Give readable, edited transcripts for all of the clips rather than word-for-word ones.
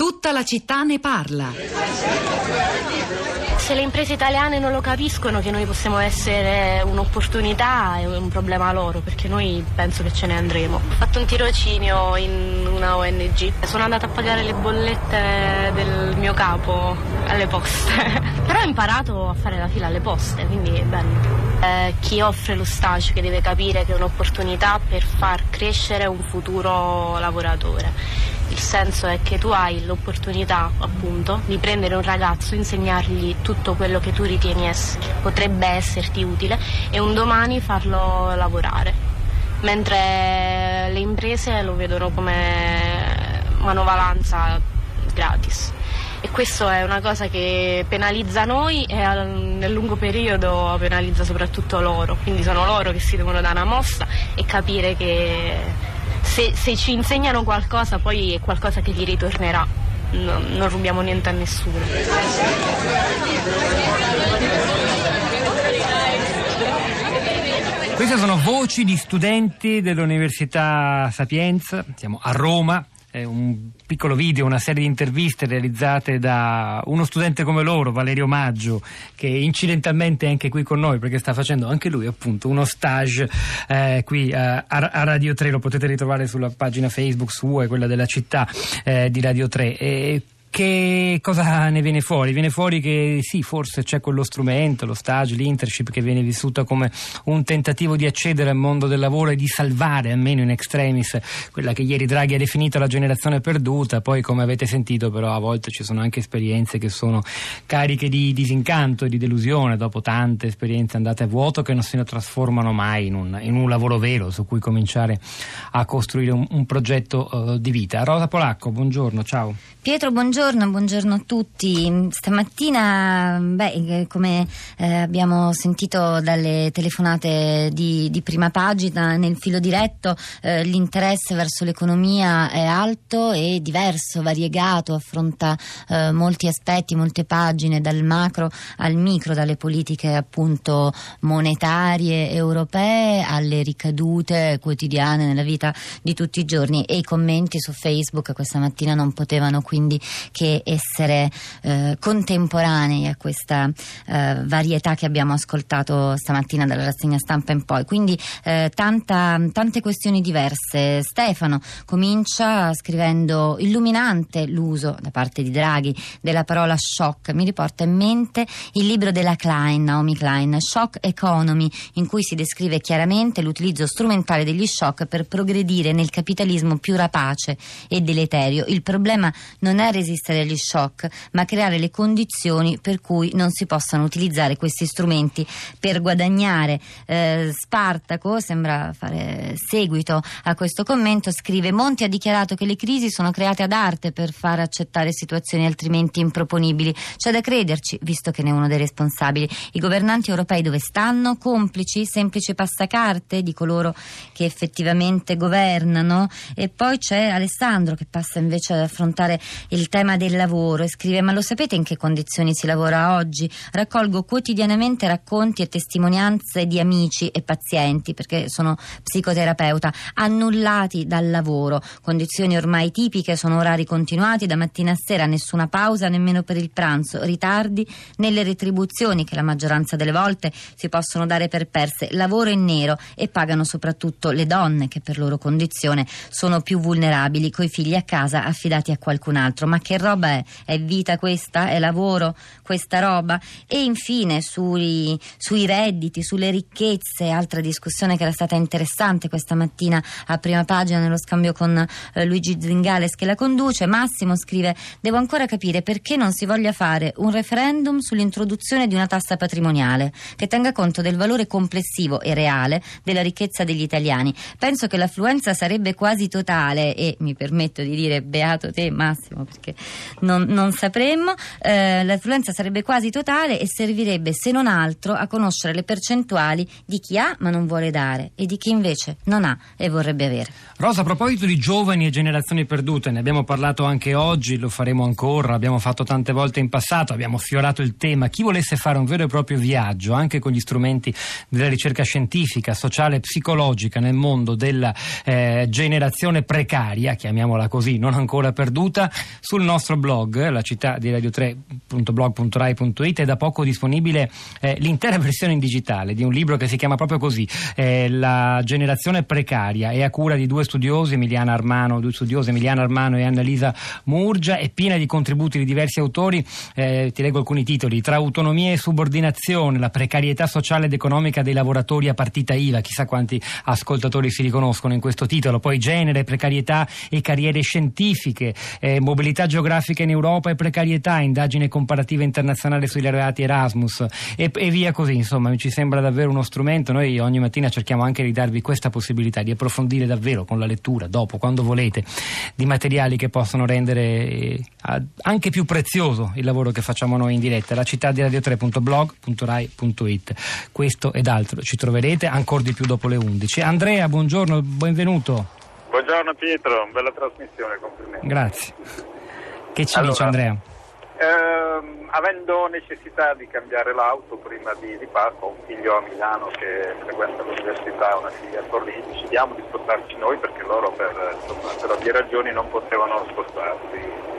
Tutta la città ne parla. Se le imprese italiane non lo capiscono che noi possiamo essere un'opportunità, è un problema loro, perché noi penso che ce ne andremo. Ho fatto un tirocinio in una ONG, sono andata a pagare le bollette del mio capo alle poste, però ho imparato a fare la fila alle poste, quindi è bello. Chi offre lo stage che deve capire che è un'opportunità per far crescere un futuro lavoratore. Il senso è che tu hai l'opportunità, appunto, di prendere un ragazzo, insegnargli tutto quello che tu ritieni potrebbe esserti utile e un domani farlo lavorare. Mentre le imprese lo vedono come manovalanza gratis. E questo è una cosa che penalizza noi e nel lungo periodo penalizza soprattutto loro. Quindi sono loro che si devono dare una mossa e capire che se ci insegnano qualcosa poi è qualcosa che gli ritornerà, non rubiamo niente a nessuno. Queste sono voci di studenti dell'Università Sapienza, siamo a Roma. È un piccolo video, una serie di interviste realizzate da uno studente come loro, Valerio Maggio, che incidentalmente è anche qui con noi perché sta facendo anche lui appunto uno stage qui a Radio 3. Lo potete ritrovare sulla pagina Facebook sua e quella della città di Radio 3. Che cosa ne viene fuori? Viene fuori che sì, forse c'è quello strumento, lo stage, l'internship, che viene vissuta come un tentativo di accedere al mondo del lavoro e di salvare, almeno in extremis, quella che ieri Draghi ha definito la generazione perduta. Poi, come avete sentito, però a volte ci sono anche esperienze che sono cariche di disincanto e di delusione, dopo tante esperienze andate a vuoto che non si trasformano mai in un lavoro vero su cui cominciare a costruire un progetto di vita. Rosa Polacco, buongiorno, ciao. Pietro, buongiorno a tutti. Stamattina, come abbiamo sentito dalle telefonate di prima pagina, nel filo diretto l'interesse verso l'economia è alto e diverso, variegato, affronta molti aspetti, molte pagine, dal macro al micro, dalle politiche appunto monetarie europee alle ricadute quotidiane nella vita di tutti i giorni, e i commenti su Facebook questa mattina non potevano quindi che essere contemporanei a questa varietà che abbiamo ascoltato stamattina dalla rassegna stampa in poi. Quindi tante questioni diverse. Stefano comincia scrivendo: illuminante l'uso da parte di Draghi della parola shock. Mi riporta in mente il libro della Naomi Klein, Shock Economy, in cui si descrive chiaramente l'utilizzo strumentale degli shock per progredire nel capitalismo più rapace e deleterio. Il problema non è resistere agli shock, ma creare le condizioni per cui non si possano utilizzare questi strumenti per guadagnare. Spartaco sembra fare seguito a questo commento, scrive: Monti ha dichiarato che le crisi sono create ad arte per far accettare situazioni altrimenti improponibili. C'è da crederci, visto che ne è uno dei responsabili. I governanti europei dove stanno? Complici? Semplici passacarte di coloro che effettivamente governano? E poi c'è Alessandro che passa invece ad affrontare il tema del lavoro e scrive: ma lo sapete in che condizioni si lavora oggi? Raccolgo quotidianamente racconti e testimonianze di amici e pazienti, perché sono psicoterapeuta, annullati dal lavoro. Condizioni ormai tipiche, sono orari continuati da mattina a sera, nessuna pausa nemmeno per il pranzo, ritardi nelle retribuzioni che la maggioranza delle volte si possono dare per perse, lavoro in nero, e pagano soprattutto le donne che per loro condizione sono più vulnerabili, coi figli a casa affidati a qualcun altro. Ma che roba è? È vita questa? È lavoro questa roba? E infine sui redditi, sulle ricchezze, altra discussione che era stata interessante questa mattina a prima pagina nello scambio con Luigi Zingales che la conduce. Massimo scrive: devo ancora capire perché non si voglia fare un referendum sull'introduzione di una tassa patrimoniale che tenga conto del valore complessivo e reale della ricchezza degli italiani. Penso che l'affluenza sarebbe quasi totale, e mi permetto di dire beato te Massimo, perché non sapremmo. L'affluenza sarebbe quasi totale e servirebbe, se non altro, a conoscere le percentuali di chi ha ma non vuole dare e di chi invece non ha e vorrebbe avere. Rosa, a proposito di giovani e generazioni perdute, ne abbiamo parlato anche oggi, lo faremo ancora, l'abbiamo fatto tante volte in passato, abbiamo sfiorato il tema. Chi volesse fare un vero e proprio viaggio, anche con gli strumenti della ricerca scientifica, sociale e psicologica nel mondo della generazione precaria, chiamiamola così, non ancora perduta, sul nostro nostro blog, la città di radio3.blog.rai.it, è da poco disponibile l'intera versione in digitale di un libro che si chiama proprio così, La generazione precaria, è a cura di due studiose, Emiliana Armano e Annalisa Murgia, è piena di contributi di diversi autori. Ti leggo alcuni titoli: Tra autonomia e subordinazione, la precarietà sociale ed economica dei lavoratori a partita IVA. Chissà quanti ascoltatori si riconoscono in questo titolo. Poi genere, precarietà e carriere scientifiche, mobilità geografica in Europa e precarietà, indagine comparativa internazionale sui laureati Erasmus e via così. Insomma, ci sembra davvero uno strumento. Noi ogni mattina cerchiamo anche di darvi questa possibilità di approfondire davvero con la lettura, dopo, quando volete, di materiali che possono rendere anche più prezioso il lavoro che facciamo noi in diretta. La città di radio3.blog.rai.it. Questo ed altro ci troverete ancora di più dopo le 11. Andrea, buongiorno, benvenuto. Buongiorno Pietro, bella trasmissione, complimenti. Grazie. Che ci dice Andrea? Avendo necessità di cambiare l'auto prima di Pasqua, ho un figlio a Milano che frequenta l'università, una figlia a Forlì, decidiamo di spostarci noi perché loro per ovvie ragioni non potevano spostarsi.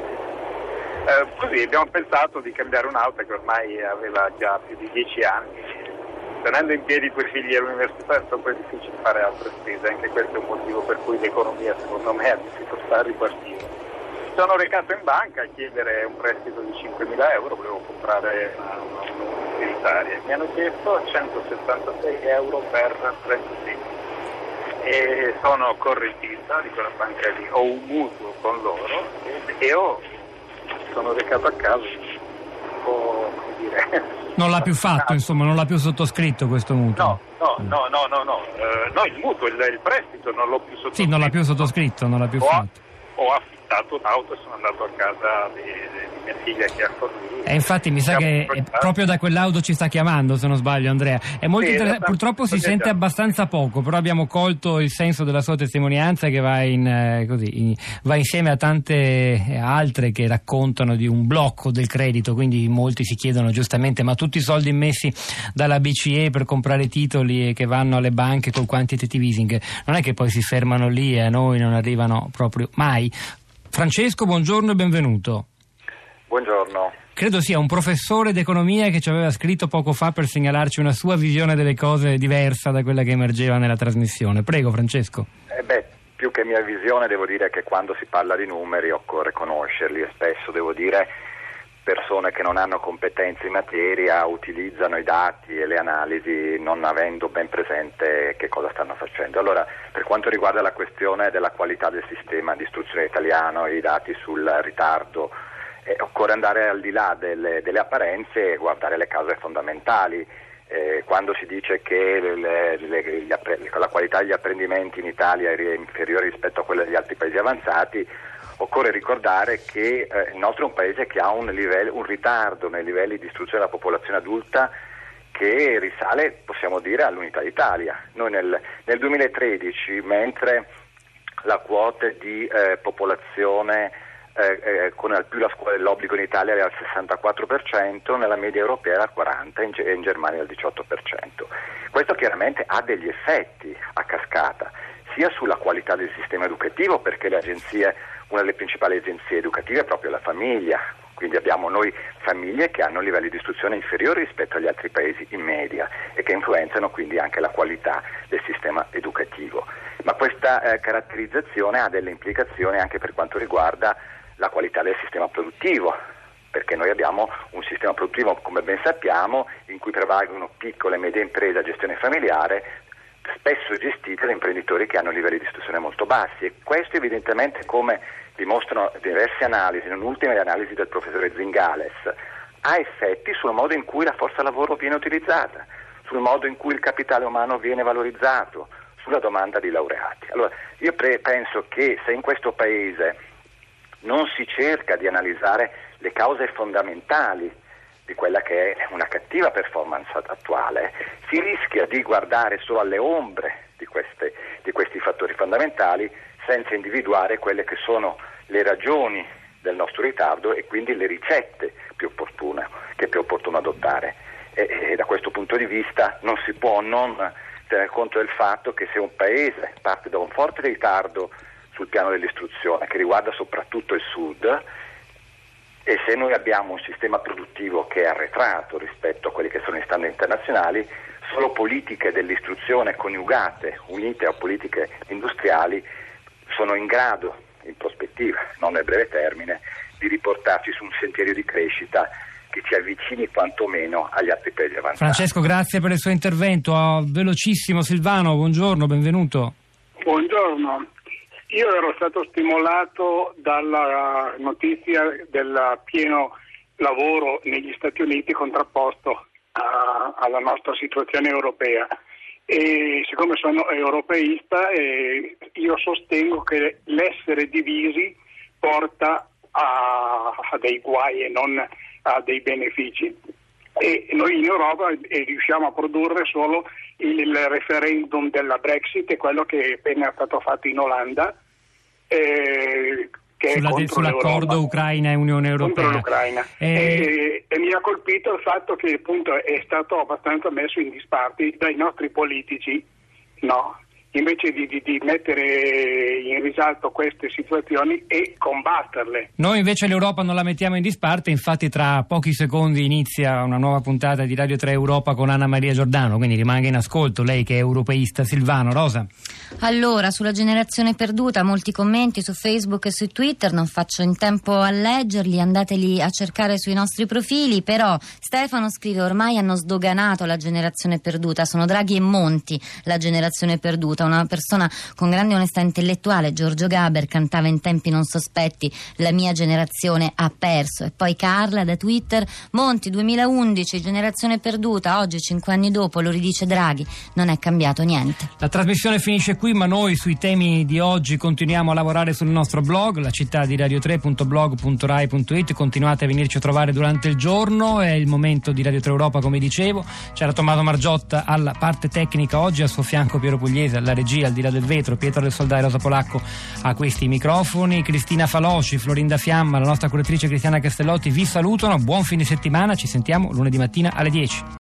Così abbiamo pensato di cambiare un'auto che ormai aveva già più di 10 anni. Tenendo in piedi due figli all'università è stato difficile fare altre spese, anche questo è un motivo per cui l'economia secondo me sta ripartendo. Sono recato in banca a chiedere un prestito di 5.000 euro, volevo comprare un'utilitaria. Mi hanno chiesto 176 euro per 36 e sono correntista di quella banca lì, ho un mutuo con loro e sono recato a casa un po', come dire... Non l'ha più fatto, insomma, non l'ha più sottoscritto questo mutuo? No, il mutuo, il prestito non l'ho più sottoscritto. Sì, non l'ha più sottoscritto, non l'ha più fatto. Ho affittato un'auto e sono andato a casa di mia figlia che ha Forlì. E infatti mi sa che proprio da quell'auto ci sta chiamando, se non sbaglio, Andrea. È molto interessante. Purtroppo si sente abbastanza poco, però abbiamo colto il senso della sua testimonianza, che va insieme a tante altre che raccontano di un blocco del credito. Quindi molti si chiedono giustamente: ma tutti i soldi immessi dalla BCE per comprare titoli e che vanno alle banche col quantitative easing non è che poi si fermano lì e a noi non arrivano proprio mai? Francesco, buongiorno e benvenuto. Buongiorno. Credo sia un professore d'economia che ci aveva scritto poco fa per segnalarci una sua visione delle cose diversa da quella che emergeva nella trasmissione. Prego, Francesco. Più che mia visione devo dire che quando si parla di numeri occorre conoscerli e spesso devo dire persone che non hanno competenze in materia utilizzano i dati e le analisi non avendo ben presente che cosa stanno facendo. Allora, per quanto riguarda la questione della qualità del sistema di istruzione italiano e i dati sul ritardo, occorre andare al di là delle apparenze e guardare le cause fondamentali. Quando si dice che la qualità degli apprendimenti in Italia è inferiore rispetto a quella degli altri paesi avanzati, occorre ricordare che il nostro è un paese che ha un ritardo nei livelli di istruzione della popolazione adulta che risale, possiamo dire, all'Unità d'Italia. Noi nel 2013, mentre la quota di popolazione con al più la scuola dell'obbligo in Italia era al 64%, nella media europea era al 40% e in Germania al 18%. Questo chiaramente ha degli effetti a cascata, sia sulla qualità del sistema educativo, perché una delle principali agenzie educative è proprio la famiglia, quindi abbiamo noi famiglie che hanno livelli di istruzione inferiori rispetto agli altri paesi in media e che influenzano quindi anche la qualità del sistema educativo. Ma questa caratterizzazione ha delle implicazioni anche per quanto riguarda la qualità del sistema produttivo, perché noi abbiamo un sistema produttivo, come ben sappiamo, in cui prevalgono piccole e medie imprese a gestione familiare, spesso gestite da imprenditori che hanno livelli di istruzione molto bassi, e questo evidentemente, come dimostrano diverse analisi, non ultime le analisi del professore Zingales, ha effetti sul modo in cui la forza lavoro viene utilizzata, sul modo in cui il capitale umano viene valorizzato, sulla domanda di laureati. Allora, io penso che se in questo Paese non si cerca di analizzare le cause fondamentali di quella che è una cattiva performance attuale, si rischia di guardare solo alle ombre di questi fattori fondamentali senza individuare quelle che sono le ragioni del nostro ritardo e quindi le ricette più opportune che è più opportuno adottare. E da questo punto di vista non si può non tener conto del fatto che se un paese parte da un forte ritardo sul piano dell'istruzione che riguarda soprattutto il sud, e se noi abbiamo un sistema produttivo che è arretrato rispetto a quelli che sono i standard internazionali, solo politiche dell'istruzione coniugate, unite a politiche industriali, sono in grado, in prospettiva, non nel breve termine, di riportarci su un sentiero di crescita che ci avvicini quantomeno agli altri paesi avanzati. Francesco, grazie per il suo intervento. Velocissimo, Silvano, buongiorno, benvenuto. Buongiorno. Io ero stato stimolato dalla notizia del pieno lavoro negli Stati Uniti contrapposto alla nostra situazione europea, e siccome sono europeista io sostengo che l'essere divisi porta a dei guai e non a dei benefici, e noi in Europa riusciamo a produrre solo il referendum della Brexit e quello che è appena stato fatto in Olanda, che è sull'accordo Ucraina e Unione Europea. Contro l'Ucraina. E mi ha colpito il fatto che appunto è stato abbastanza messo in disparte dai nostri politici, no? Invece di mettere in risalto queste situazioni e combatterle. Noi invece l'Europa non la mettiamo in disparte, infatti tra pochi secondi inizia una nuova puntata di Radio 3 Europa con Anna Maria Giordano, quindi rimanga in ascolto, lei che è europeista. Silvano, Rosa. Allora, sulla generazione perduta, molti commenti su Facebook e su Twitter, non faccio in tempo a leggerli, andateli a cercare sui nostri profili, però Stefano scrive: ormai hanno sdoganato la generazione perduta, sono Draghi e Monti la generazione perduta. Una persona con grande onestà intellettuale, Giorgio Gaber, cantava in tempi non sospetti: la mia generazione ha perso. E poi Carla da Twitter: Monti 2011, generazione perduta, oggi 5 anni dopo lo ridice Draghi, non è cambiato niente. La trasmissione finisce qui, ma noi sui temi di oggi continuiamo a lavorare sul nostro blog, la città di radio3.blog.rai.it. continuate a venirci a trovare durante il giorno. È il momento di Radio 3 Europa, come dicevo. C'era Tommaso Margiotta alla parte tecnica oggi, al suo fianco Piero Pugliese alla regia, al di là del vetro, Pietro del Soldà e Rosa Polacco a questi microfoni, Cristina Faloci, Florinda Fiamma, la nostra curatrice Cristiana Castellotti vi salutano. Buon fine settimana, ci sentiamo lunedì mattina alle 10.